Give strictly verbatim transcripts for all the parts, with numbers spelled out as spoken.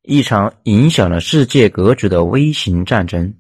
一场影响了世界格局的微型战争。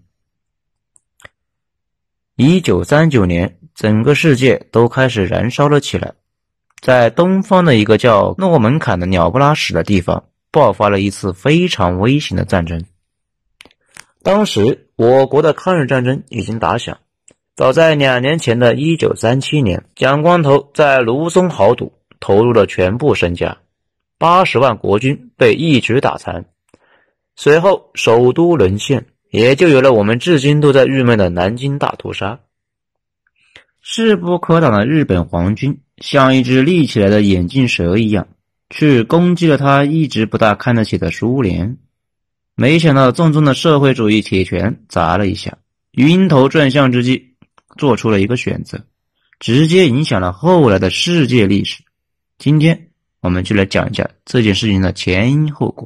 一九三九年，整个世界都开始燃烧了起来。在东方的一个叫诺门坎的鸟不拉屎的地方，爆发了一次非常危险的战争。当时我国的抗日战争已经打响，早在两年前的一九三七年，蒋光头在卢松豪赌，投入了全部身家，八十万国军被一举打残。随后首都沦陷，也就有了我们至今都在郁闷的南京大屠杀。势不可挡的日本皇军像一只立起来的眼镜蛇一样，去攻击了他一直不大看得起的苏联。没想到重重的社会主义铁拳砸了一下，晕头转向之际做出了一个选择，直接影响了后来的世界历史。今天我们就来讲一下这件事情的前因后果。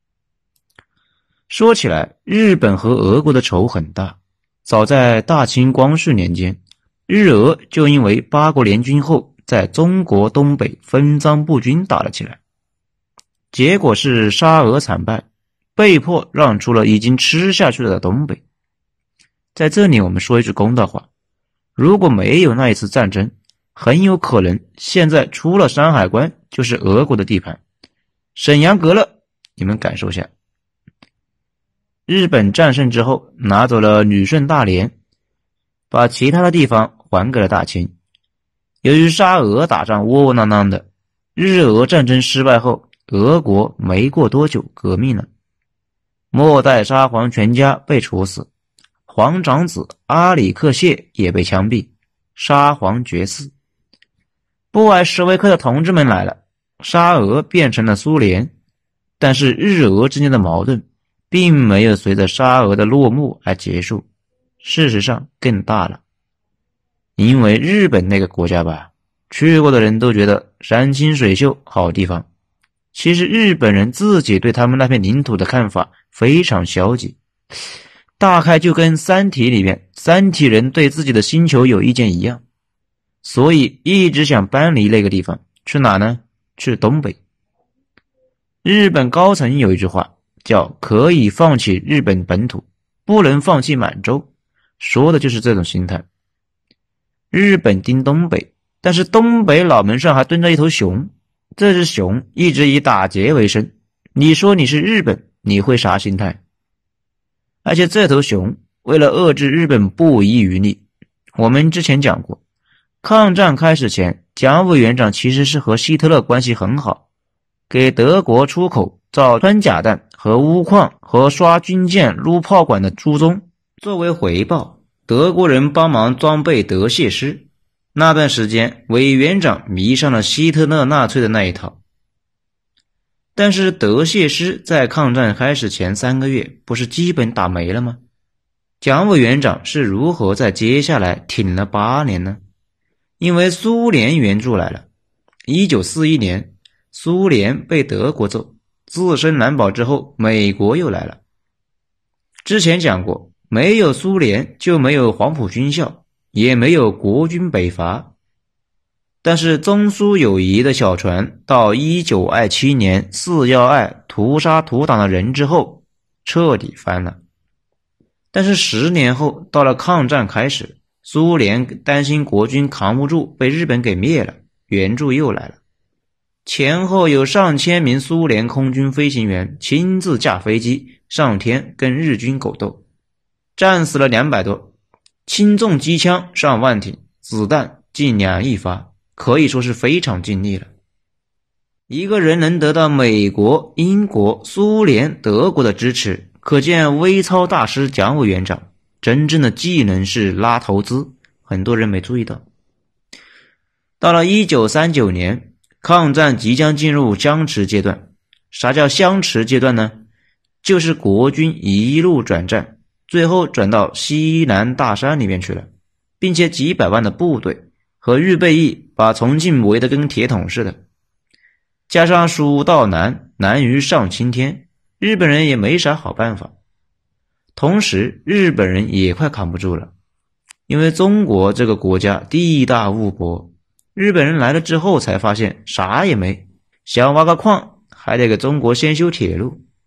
说起来，日本和俄国的仇很大，早在大清光绪年间，日俄就因为八国联军后在中国东北分赃不均打了起来，结果是沙俄惨败，被迫让出了已经吃下去了的东北。在这里我们说一句公道话，如果没有那一次战争，很有可能现在出了山海关就是俄国的地盘。沈阳革了，你们感受一下。日本战胜之后拿走了旅顺大连，把其他的地方还给了大清。由于沙俄打仗窝窝囊囊的，日俄战争失败后，俄国没过多久革命了，末代沙皇全家被处死，皇长子阿里克谢也被枪毙，沙皇绝嗣。布尔什维克的同志们来了，沙俄变成了苏联，但是日俄之间的矛盾并没有随着沙俄的落幕而结束，事实上更大了。因为日本那个国家吧，去过的人都觉得山清水秀好地方，其实日本人自己对他们那片领土的看法非常消极，大概就跟三体里面三体人对自己的星球有意见一样，所以一直想搬离那个地方。去哪呢？去东北。日本高层有一句话叫可以放弃日本本土，不能放弃满洲，说的就是这种心态。日本盯东北，但是东北脑门上还蹲着一头熊，这只熊一直以打劫为生，你说你是日本，你会啥心态？而且这头熊为了遏制日本不遗余力，我们之前讲过，抗战开始前，蒋委员长其实是和希特勒关系很好，给德国出口造穿甲弹和钨矿和刷军舰撸炮管的初衷。作为回报，德国人帮忙装备德械师，那段时间委员长迷上了希特勒纳粹的那一套。但是德械师在抗战开始前三个月不是基本打没了吗？蒋委员长是如何在接下来挺了八年呢？因为苏联援助来了。一九四一年苏联被德国揍，自身难保之后，美国又来了。之前讲过，没有苏联就没有黄埔军校，也没有国军北伐。但是中苏友谊的小船到一九二七年四一二屠杀土党的人之后彻底翻了。但是十年后到了抗战开始，苏联担心国军扛不住被日本给灭了，援助又来了。前后有上千名苏联空军飞行员亲自驾飞机上天跟日军狗斗，战死了两百多，轻重机枪上万挺，子弹近两亿发，可以说是非常尽力了。一个人能得到美国、英国、苏联、德国的支持，可见微操大师蒋委员长真正的技能是拉投资，很多人没注意到。到了一九三九年，抗战即将进入相持阶段。啥叫相持阶段呢？就是国军一路转战，最后转到西南大山里面去了，并且几百万的部队和预备役把重庆围得跟铁桶似的。加上蜀道难，难于上青天，日本人也没啥好办法。同时日本人也快扛不住了，因为中国这个国家地大物博，日本人来了之后才发现啥也没，想挖个矿还得给中国先修铁路，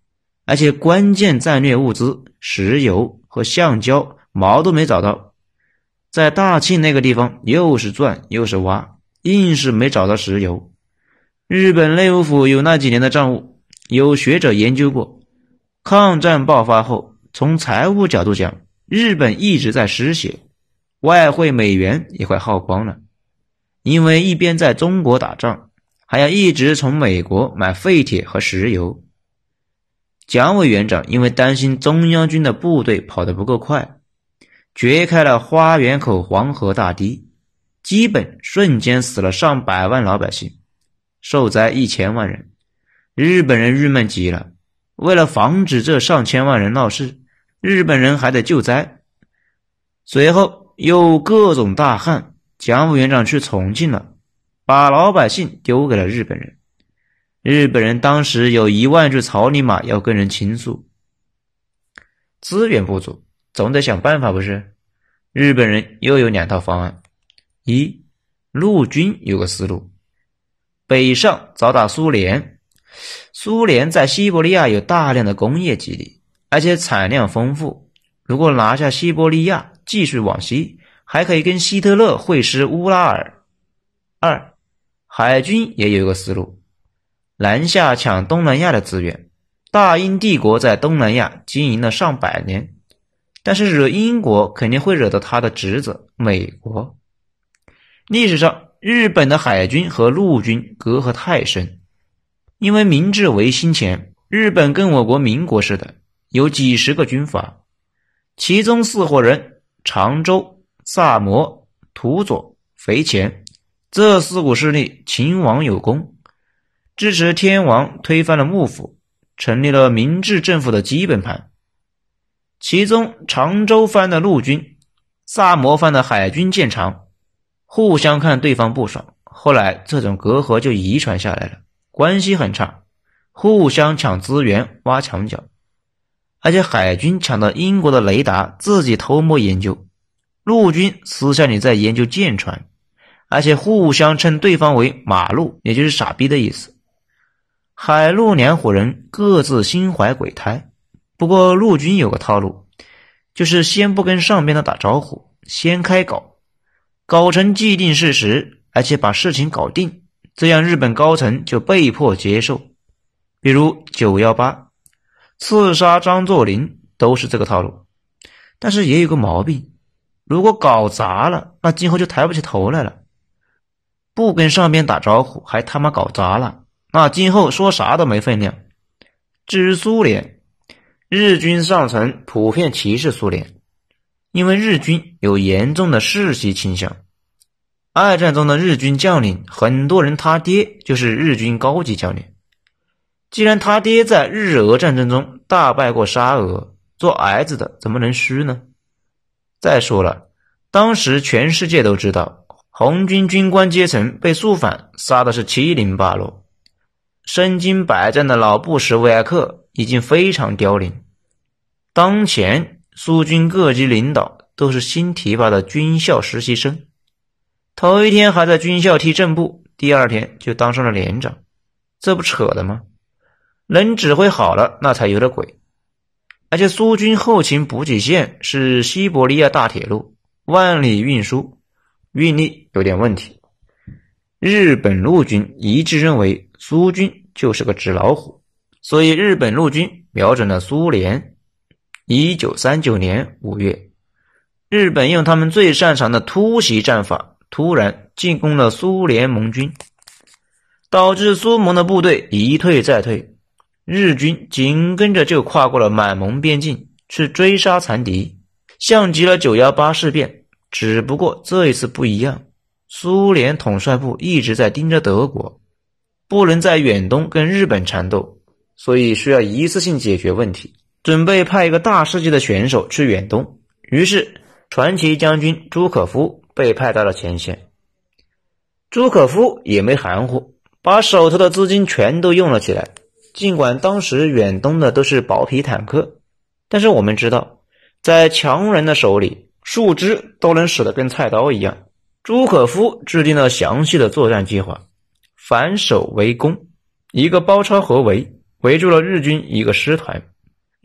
而且关键战略物资石油和橡胶毛都没找到。在大庆那个地方又是钻又是挖，硬是没找到石油。日本内务府有那几年的账务，有学者研究过，抗战爆发后，从财务角度讲，日本一直在失血，外汇美元也快耗光了，因为一边在中国打仗，还要一直从美国买废铁和石油。蒋委员长因为担心中央军的部队跑得不够快，掘开了花园口黄河大堤，基本瞬间死了上百万老百姓，受灾一千万人。日本人郁闷极了，为了防止这上千万人闹事，日本人还得救灾。随后又各种大旱，蒋委员长去重庆了，把老百姓丢给了日本人。日本人当时有一万只草泥马要跟人倾诉。资源不足，总得想办法不是？日本人又有两套方案。一，陆军有个思路，北上找打苏联。苏联在西伯利亚有大量的工业基地，而且产量丰富，如果拿下西伯利亚，继续往西，还可以跟希特勒会师乌拉尔。二，海军也有一个思路，南下抢东南亚的资源。大英帝国在东南亚经营了上百年，但是惹英国肯定会惹到他的侄子美国。历史上日本的海军和陆军隔阂太深，因为明治维新前，日本跟我国民国似的，有几十个军阀，其中四伙人常州、萨摩、土佐、肥前，这四股势力秦王有功，支持天王推翻了幕府，成立了明治政府的基本盘。其中常州藩的陆军，萨摩藩的海军见长，互相看对方不爽，后来这种隔阂就遗传下来了，关系很差，互相抢资源挖墙角。而且海军抢到英国的雷达，自己偷摸研究，陆军私下里在研究舰船，而且互相称对方为马路，也就是傻逼的意思。海陆两伙人各自心怀鬼胎，不过陆军有个套路，就是先不跟上边的打招呼，先开搞，搞成既定事实，而且把事情搞定，这样日本高层就被迫接受。比如九一八刺杀张作霖都是这个套路。但是也有个毛病，如果搞砸了，那今后就抬不起头来了。不跟上边打招呼还他妈搞砸了，那今后说啥都没分量。至于苏联，日军上层普遍歧视苏联，因为日军有严重的世袭倾向。二战中的日军将领，很多人他爹就是日军高级将领。既然他爹在日俄战争中大败过沙俄，做儿子的怎么能虚呢？再说了，当时全世界都知道，红军军官阶层被肃反杀的是七零八落，身经百战的老布什维亚克已经非常凋零。当前苏军各级领导都是新提拔的军校实习生，头一天还在军校踢正步，第二天就当上了连长，这不扯的吗？能指挥好了，那才有点鬼。而且苏军后勤补给线是西伯利亚大铁路，万里运输，运力有点问题。日本陆军一致认为苏军就是个纸老虎，所以日本陆军瞄准了苏联。一九三九年五月，日本用他们最擅长的突袭战法，突然进攻了苏联盟军，导致苏盟的部队一退再退。日军紧跟着就跨过了满蒙边境，去追杀残敌，像极了九一八事变。只不过这一次不一样，苏联统帅部一直在盯着德国，不能在远东跟日本缠斗，所以需要一次性解决问题，准备派一个大世界的选手去远东。于是传奇将军朱可夫被派到了前线。朱可夫也没含糊，把手头的资金全都用了起来。尽管当时远东的都是薄皮坦克，但是我们知道，在强人的手里，树枝都能使得跟菜刀一样。朱可夫制定了详细的作战计划，反守为攻，一个包抄合围，围住了日军一个师团，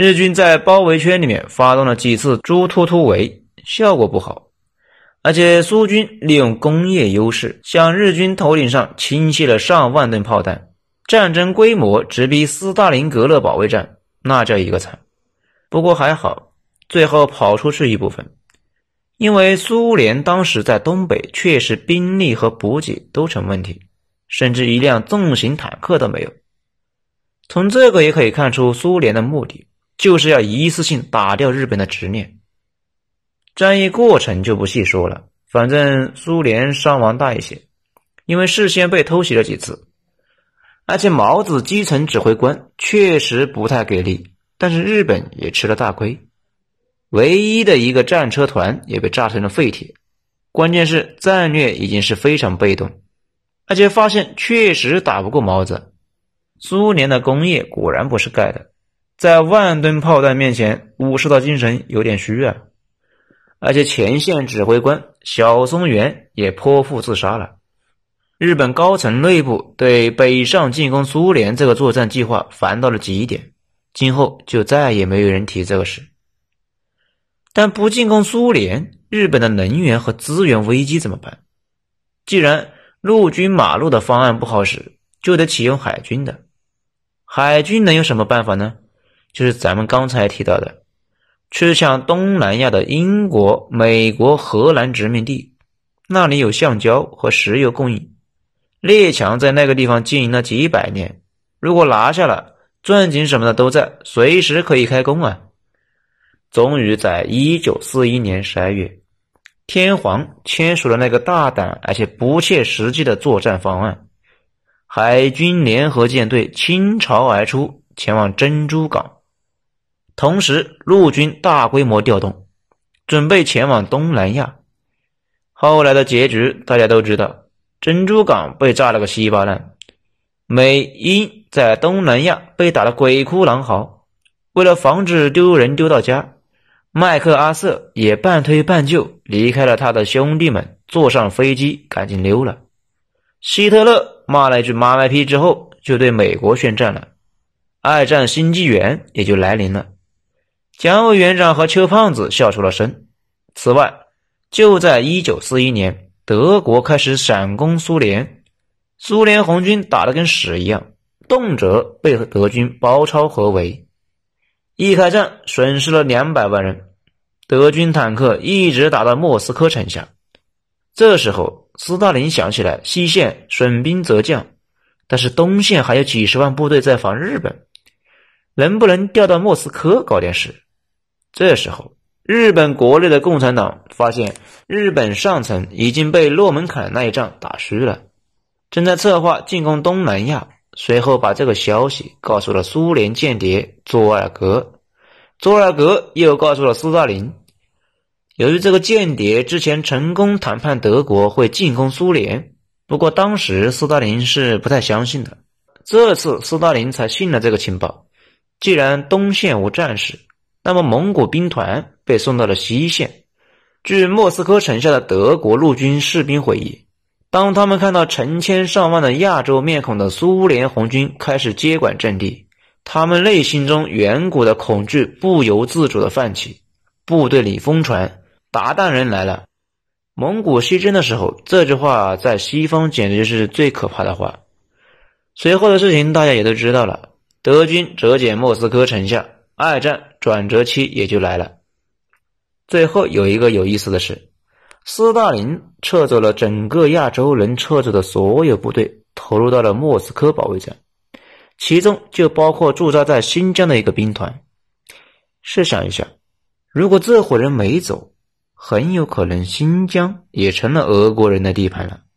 日军在包围圈里面发动了几次猪突突围，效果不好，而且苏军利用工业优势向日军头顶上倾泻了上万吨炮弹，战争规模直逼斯大林格勒保卫战，那叫一个惨。不过还好，最后跑出去一部分，因为苏联当时在东北确实兵力和补给都成问题，甚至一辆重型坦克都没有。从这个也可以看出苏联的目的就是要一次性打掉日本的执念。战役过程就不细说了，反正苏联伤亡大一些，因为事先被偷袭了几次，而且毛子基层指挥官确实不太给力，但是日本也吃了大亏，唯一的一个战车团也被炸成了废铁。关键是战略已经是非常被动，而且发现确实打不过毛子。苏联的工业果然不是盖的，在万吨炮弹面前，武士道精神有点虚啊。而且前线指挥官小松原也泼妇自杀了。日本高层内部对北上进攻苏联这个作战计划烦到了极点，今后就再也没有人提这个事。但不进攻苏联，日本的能源和资源危机怎么办？既然陆军马路的方案不好使，就得启用海军的。海军能有什么办法呢？就是咱们刚才提到的，去抢东南亚的英国、美国、荷兰殖民地，那里有橡胶和石油供应，列强在那个地方经营了几百年，如果拿下了，钻井什么的都在，随时可以开工啊。终于在一九四一年十二月，天皇签署了那个大胆而且不切实际的作战方案，海军联合舰队倾巢而出，前往珍珠港，同时陆军大规模调动，准备前往东南亚。后来的结局大家都知道，珍珠港被炸了个稀巴烂，美英在东南亚被打得鬼哭狼嚎。为了防止丢人丢到家，麦克阿瑟也半推半就离开了他的兄弟们，坐上飞机赶紧溜了。希特勒骂了一句妈卖批之后，就对美国宣战了，二战新纪元也就来临了。蒋委员长和邱胖子笑出了声。此外，就在一九四一年，德国开始闪攻苏联，苏联红军打得跟屎一样，动辄被德军包抄合围。一开战损失了两百万人，德军坦克一直打到莫斯科城下。这时候斯大林想起来西线损兵折将，但是东线还有几十万部队在防日本，能不能调到莫斯科搞点事？这时候日本国内的共产党发现日本上层已经被洛门坎那一仗打虚了，正在策划进攻东南亚，随后把这个消息告诉了苏联间谍佐尔格，佐尔格又告诉了斯大林。由于这个间谍之前成功谈判德国会进攻苏联，不过当时斯大林是不太相信的，这次斯大林才信了这个情报。既然东线无战事，那么蒙古兵团被送到了西线。据莫斯科城下的德国陆军士兵回忆，当他们看到成千上万的亚洲面孔的苏联红军开始接管阵地，他们内心中远古的恐惧不由自主地泛起，部队里疯传鞑靼人来了。蒙古西征的时候，这句话在西方简直是最可怕的话。随后的事情大家也都知道了，德军折减莫斯科城下，二战转折期也就来了。最后有一个有意思的是，斯大林撤走了整个亚洲能撤走的所有部队，投入到了莫斯科保卫战，其中就包括驻扎在新疆的一个兵团。试想一下，如果这伙人没走，很有可能新疆也成了俄国人的地盘了。